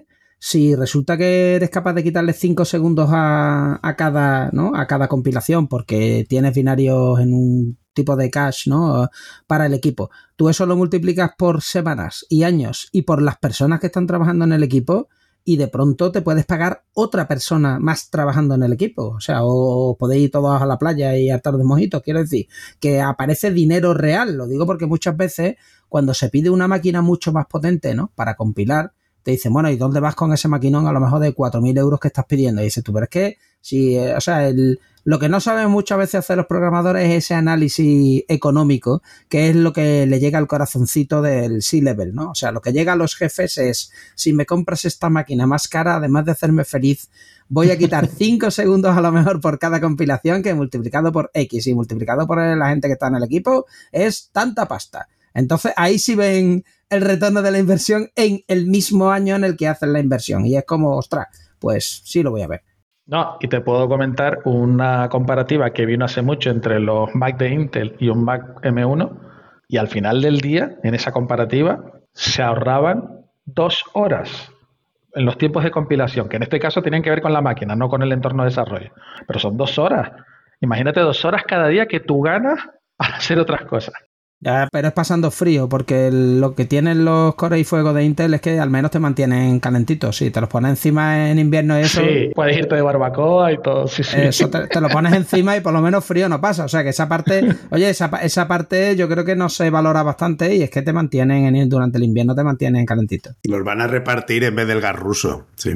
si resulta que eres capaz de quitarle cinco segundos a, a cada, ¿no? a cada compilación porque tienes binarios en un tipo de cache, ¿no? para el equipo, tú eso lo multiplicas por semanas y años y por las personas que están trabajando en el equipo y de pronto te puedes pagar otra persona más trabajando en el equipo. O sea, o podéis ir todos a la playa y hartar de mojitos. Quiero decir, que aparece dinero real. Lo digo porque muchas veces cuando se pide una máquina mucho más potente, ¿no? Para compilar, te dicen, bueno, ¿y dónde vas con ese maquinón a lo mejor de cuatro mil euros que estás pidiendo? Y dices tú, pero es que, si, eh, o sea, el... Lo que no saben muchas veces hacer los programadores es ese análisis económico, que es lo que le llega al corazoncito del C-Level, ¿no? O sea, lo que llega a los jefes es, si me compras esta máquina más cara, además de hacerme feliz, voy a quitar cinco segundos a lo mejor por cada compilación, que multiplicado por X y multiplicado por la gente que está en el equipo, es tanta pasta. Entonces, ahí sí ven el retorno de la inversión en el mismo año en el que hacen la inversión. Y es como, ostras, pues sí lo voy a ver. No, y te puedo comentar una comparativa que vino hace mucho entre los Mac de Intel y un Mac M uno, y al final del día, en esa comparativa, se ahorraban dos horas en los tiempos de compilación, que en este caso tienen que ver con la máquina, no con el entorno de desarrollo. Pero son dos horas. Imagínate dos horas cada día que tú ganas para hacer otras cosas. Ya, pero es pasando frío, porque lo que tienen los Core y Fuego de Intel es que al menos te mantienen calentitos. Si te los pones encima en invierno y eso... Sí, puedes irte de barbacoa y todo. Sí, sí. Eso te, te lo pones encima y por lo menos frío no pasa. O sea que esa parte, oye, esa, esa parte yo creo que no se valora bastante y es que te mantienen, en, durante el invierno te mantienen calentitos. Los van a repartir en vez del gas ruso, sí.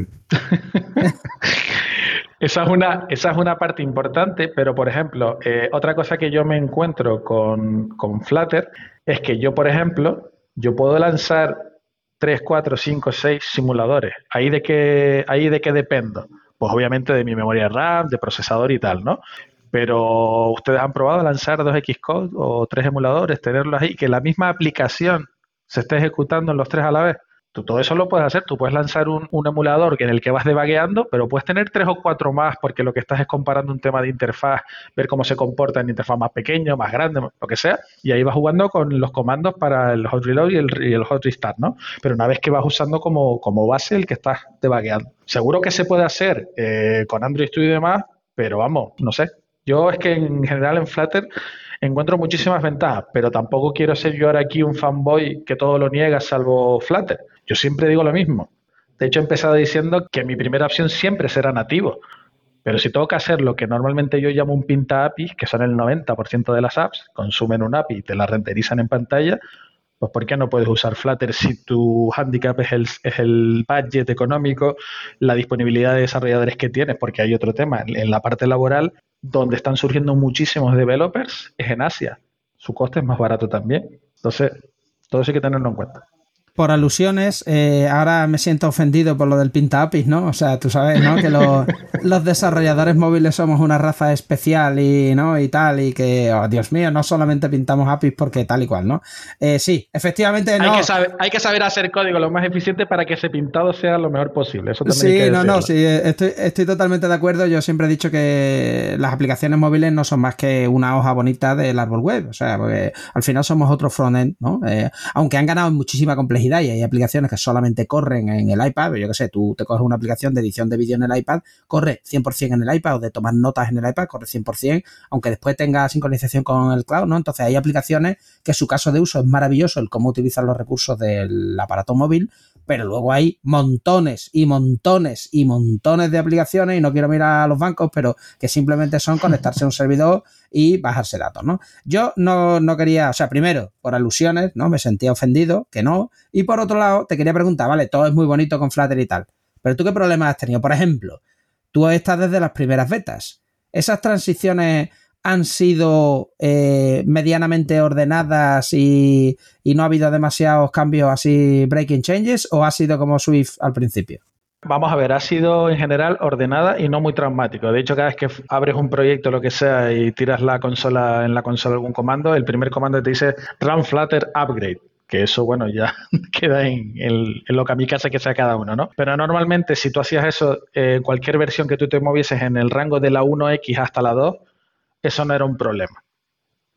Esa es, una, esa es una parte importante, pero por ejemplo, eh, otra cosa que yo me encuentro con, con Flutter es que yo, por ejemplo, yo puedo lanzar tres, cuatro, cinco, seis simuladores. ¿Ahí de qué, ahí de qué dependo? Pues obviamente de mi memoria RAM, de procesador y tal, ¿no? Pero ustedes han probado lanzar dos Xcode o tres emuladores, tenerlos ahí, que la misma aplicación se esté ejecutando en los tres a la vez. Tú todo eso lo puedes hacer, tú puedes lanzar un, un emulador en el que vas debugueando, pero puedes tener tres o cuatro más porque lo que estás es comparando un tema de interfaz, ver cómo se comporta en interfaz más pequeño, más grande, lo que sea, y ahí vas jugando con los comandos para el hot reload y el, y el hot restart, ¿no? Pero una vez que vas usando como, como base el que estás debugueando. Seguro que se puede hacer eh, con Android Studio y demás, pero vamos, no sé. Yo es que en general en Flutter encuentro muchísimas ventajas, pero tampoco quiero ser yo ahora aquí un fanboy que todo lo niega salvo Flutter. Yo siempre digo lo mismo. De hecho, he empezado diciendo que mi primera opción siempre será nativo. Pero si tengo que hacer lo que normalmente yo llamo un pinta A P I, que son el noventa por ciento de las apps, consumen un A P I y te la renderizan en pantalla, pues ¿por qué no puedes usar Flutter si tu handicap es el, es el budget económico, la disponibilidad de desarrolladores que tienes? Porque hay otro tema. En la parte laboral, donde están surgiendo muchísimos developers, es en Asia. Su coste es más barato también. Entonces, todo eso hay que tenerlo en cuenta. Por alusiones, eh, ahora me siento ofendido por lo del pinta A P Is, ¿no? O sea, tú sabes, ¿no? Que los, los desarrolladores móviles somos una raza especial y, ¿no? Y tal, y que, oh, Dios mío, no solamente pintamos A P Is porque tal y cual, ¿no? Eh, sí, efectivamente no. Hay que, saber, hay que saber hacer código lo más eficiente para que ese pintado sea lo mejor posible. Eso también sí, hay que no, decirlo. no, sí, estoy, estoy totalmente de acuerdo. Yo siempre he dicho que las aplicaciones móviles no son más que una hoja bonita del árbol web. O sea, porque al final somos otro frontend, ¿no? Eh, aunque han ganado muchísima complejidad y hay aplicaciones que solamente corren en el iPad. Yo qué sé, tú te coges una aplicación de edición de vídeo en el iPad, corre cien por ciento en el iPad, o de tomar notas en el iPad, corre cien por ciento, aunque después tenga sincronización con el cloud, ¿no? Entonces hay aplicaciones que su caso de uso es maravilloso, el cómo utilizan los recursos del aparato móvil, pero luego hay montones y montones y montones de aplicaciones, y no quiero mirar a los bancos, pero que simplemente son conectarse a un servidor y bajarse datos, ¿no? Yo no, no quería, o sea, primero, por alusiones, ¿no? Me sentía ofendido, que no, y por otro lado, te quería preguntar, vale, todo es muy bonito con Flutter y tal, pero ¿tú qué problemas has tenido? Por ejemplo, tú estás desde las primeras betas. ¿Esas transiciones han sido eh, medianamente ordenadas y, y no ha habido demasiados cambios así, breaking changes, o ha sido como Swift al principio? Vamos a ver, ha sido en general ordenada y no muy traumático. De hecho, cada vez que abres un proyecto, lo que sea, y tiras la consola en la consola algún comando, el primer comando te dice Run Flutter Upgrade. Que eso, bueno, ya queda en, el, en lo kamikaze que sea cada uno, ¿no? Pero normalmente, si tú hacías eso, eh, cualquier versión que tú te movieses en el rango de la uno equis hasta la dos, eso no era un problema.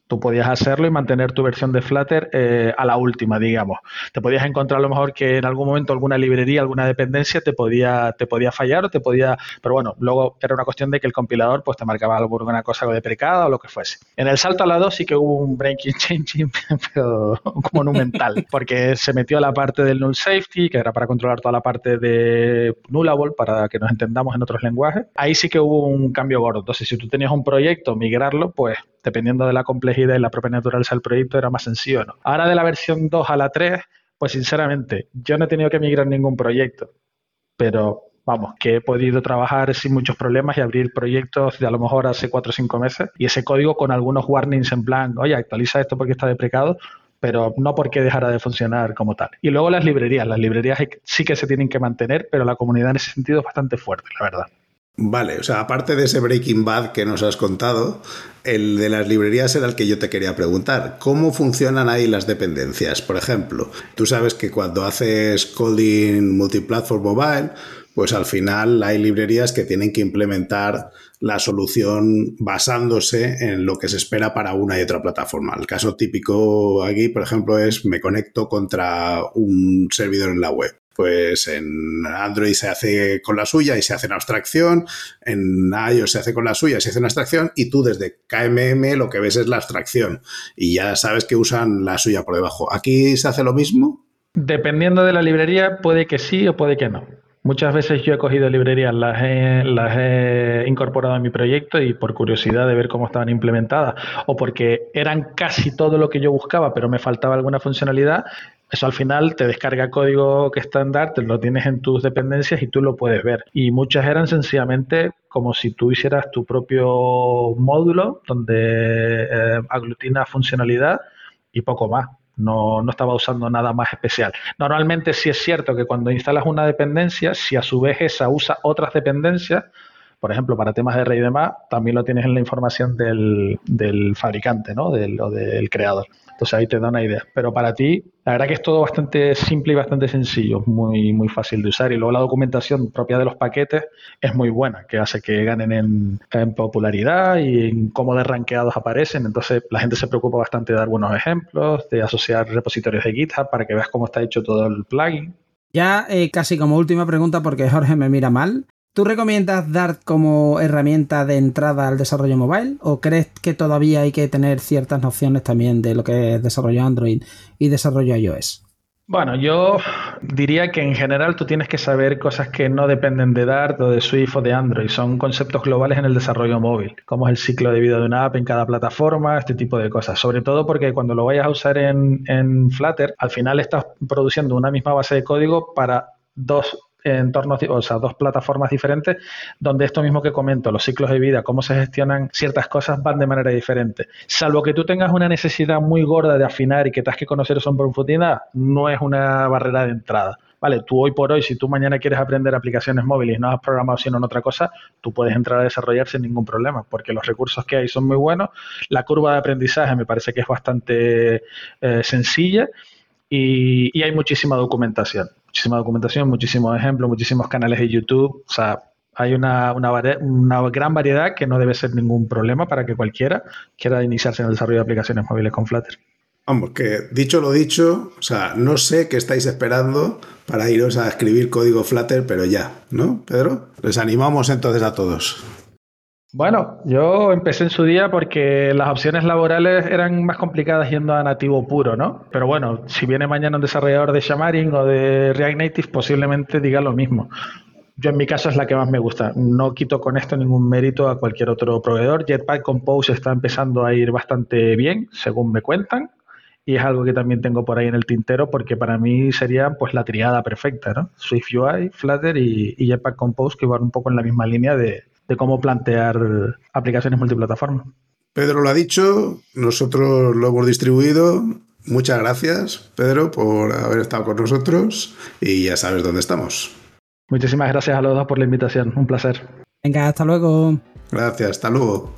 Tú podías hacerlo y mantener tu versión de Flutter eh, a la última, digamos. Te podías encontrar a lo mejor que en algún momento alguna librería, alguna dependencia te podía, te podía fallar o te podía... Pero bueno, luego era una cuestión de que el compilador pues te marcaba alguna cosa deprecada o lo que fuese. En el salto a la dos sí que hubo un breaking changing, pero monumental, porque se metió la parte del null safety, que era para controlar toda la parte de nullable, para que nos entendamos en otros lenguajes. Ahí sí que hubo un cambio gordo. Entonces, si tú tenías un proyecto, migrarlo, pues dependiendo de la complejidad y la propia naturaleza del proyecto, era más sencillo, ¿no? Ahora de la versión dos a la tres, pues sinceramente, yo no he tenido que migrar ningún proyecto, pero vamos, que he podido trabajar sin muchos problemas y abrir proyectos de a lo mejor hace cuatro o cinco meses y ese código con algunos warnings en plan, oye, actualiza esto porque está deprecado, pero no porque dejara de funcionar como tal. Y luego las librerías, las librerías sí que se tienen que mantener, pero la comunidad en ese sentido es bastante fuerte, la verdad. Vale, o sea, aparte de ese Breaking Bad que nos has contado, el de las librerías era el que yo te quería preguntar. ¿Cómo funcionan ahí las dependencias? Por ejemplo, tú sabes que cuando haces coding multiplatform mobile, pues al final hay librerías que tienen que implementar la solución basándose en lo que se espera para una y otra plataforma. El caso típico aquí, por ejemplo, es me conecto contra un servidor en la web. Pues en Android se hace con la suya y se hace una abstracción, en iOS se hace con la suya y se hace una abstracción, y tú desde K M M lo que ves es la abstracción y ya sabes que usan la suya por debajo. ¿Aquí se hace lo mismo? Dependiendo de la librería, puede que sí o puede que no. Muchas veces yo he cogido librerías, las he, las he incorporado a mi proyecto y por curiosidad de ver cómo estaban implementadas o porque eran casi todo lo que yo buscaba, pero me faltaba alguna funcionalidad. Eso al final te descarga código que estándar, te lo tienes en tus dependencias y tú lo puedes ver. Y muchas eran sencillamente como si tú hicieras tu propio módulo donde eh, aglutina funcionalidad y poco más. No, no estaba usando nada más especial. Normalmente sí es cierto que cuando instalas una dependencia, si a su vez esa usa otras dependencias, por ejemplo, para temas de R y demás, también lo tienes en la información del, del fabricante, ¿no? Del, o del creador. Entonces ahí te da una idea. Pero para ti, la verdad que es todo bastante simple y bastante sencillo, muy, muy fácil de usar. Y luego la documentación propia de los paquetes es muy buena, que hace que ganen en, en popularidad y en cómo de rankeados aparecen. Entonces la gente se preocupa bastante de dar buenos ejemplos, de asociar repositorios de GitHub para que veas cómo está hecho todo el plugin. Ya eh, casi como última pregunta, porque Jorge me mira mal. ¿Tú recomiendas Dart como herramienta de entrada al desarrollo mobile o crees que todavía hay que tener ciertas nociones también de lo que es desarrollo Android y desarrollo iOS? Bueno, yo diría que en general tú tienes que saber cosas que no dependen de Dart o de Swift o de Android. Son conceptos globales en el desarrollo móvil, como es el ciclo de vida de una app en cada plataforma, este tipo de cosas. Sobre todo porque cuando lo vayas a usar en, en Flutter, al final estás produciendo una misma base de código para dos entornos, o sea, dos plataformas diferentes, donde esto mismo que comento, los ciclos de vida, cómo se gestionan ciertas cosas, van de manera diferente. Salvo que tú tengas una necesidad muy gorda de afinar y que tengas que conocer eso en profundidad, no es una barrera de entrada. Vale, tú hoy por hoy, si tú mañana quieres aprender aplicaciones móviles y no has programado sino en otra cosa, tú puedes entrar a desarrollar sin ningún problema, porque los recursos que hay son muy buenos, la curva de aprendizaje me parece que es bastante eh, sencilla y, y hay muchísima documentación. Muchísima documentación, muchísimos ejemplos, muchísimos canales de YouTube. O sea, hay una, una, una gran variedad que no debe ser ningún problema para que cualquiera quiera iniciarse en el desarrollo de aplicaciones móviles con Flutter. Vamos, que dicho lo dicho, o sea, no sé qué estáis esperando para iros a escribir código Flutter, pero ya, ¿no, Pedro? Les animamos entonces a todos. Bueno, yo empecé en su día porque las opciones laborales eran más complicadas yendo a nativo puro, ¿no? Pero bueno, si viene mañana un desarrollador de Xamarin o de React Native, posiblemente diga lo mismo. Yo en mi caso es la que más me gusta. No quito con esto ningún mérito a cualquier otro proveedor. Jetpack Compose está empezando a ir bastante bien, según me cuentan. Y es algo que también tengo por ahí en el tintero porque para mí sería pues la triada perfecta, ¿no? SwiftUI, Flutter y, y Jetpack Compose, que van un poco en la misma línea de, de cómo plantear aplicaciones multiplataforma. Pedro lo ha dicho, nosotros lo hemos distribuido. Muchas gracias, Pedro, por haber estado con nosotros y ya sabes dónde estamos. Muchísimas gracias a los dos por la invitación, un placer. Venga, hasta luego. Gracias, hasta luego.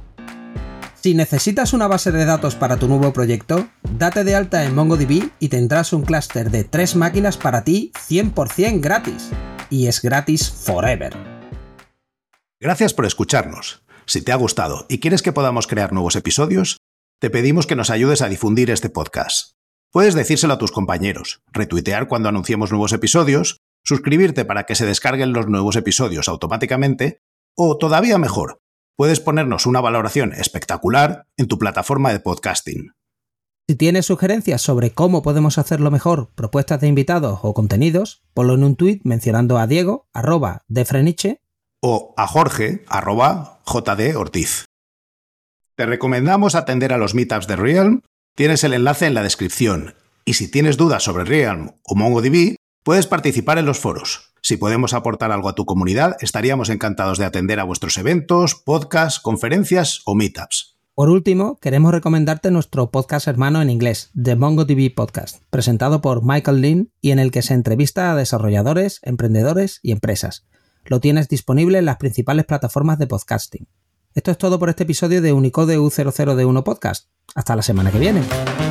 Si necesitas una base de datos para tu nuevo proyecto, date de alta en MongoDB y tendrás un clúster de tres máquinas para ti cien por ciento gratis. Y es gratis forever. Gracias por escucharnos. Si te ha gustado y quieres que podamos crear nuevos episodios, te pedimos que nos ayudes a difundir este podcast. Puedes decírselo a tus compañeros, retuitear cuando anunciemos nuevos episodios, suscribirte para que se descarguen los nuevos episodios automáticamente, o todavía mejor, puedes ponernos una valoración espectacular en tu plataforma de podcasting. Si tienes sugerencias sobre cómo podemos hacerlo mejor, propuestas de invitados o contenidos, ponlo en un tuit mencionando a Diego, arroba defreniche, o a Jorge, arroba jdortiz. Te recomendamos atender a los meetups de Realm, tienes el enlace en la descripción, y si tienes dudas sobre Realm o MongoDB, puedes participar en los foros. Si podemos aportar algo a tu comunidad, estaríamos encantados de atender a vuestros eventos, podcasts, conferencias o meetups. Por último, queremos recomendarte nuestro podcast hermano en inglés, The MongoDB Podcast, presentado por Michael Lin y en el que se entrevista a desarrolladores, emprendedores y empresas. Lo tienes disponible en las principales plataformas de podcasting. Esto es todo por este episodio de Unicode U cero cero D uno Podcast. Hasta la semana que viene.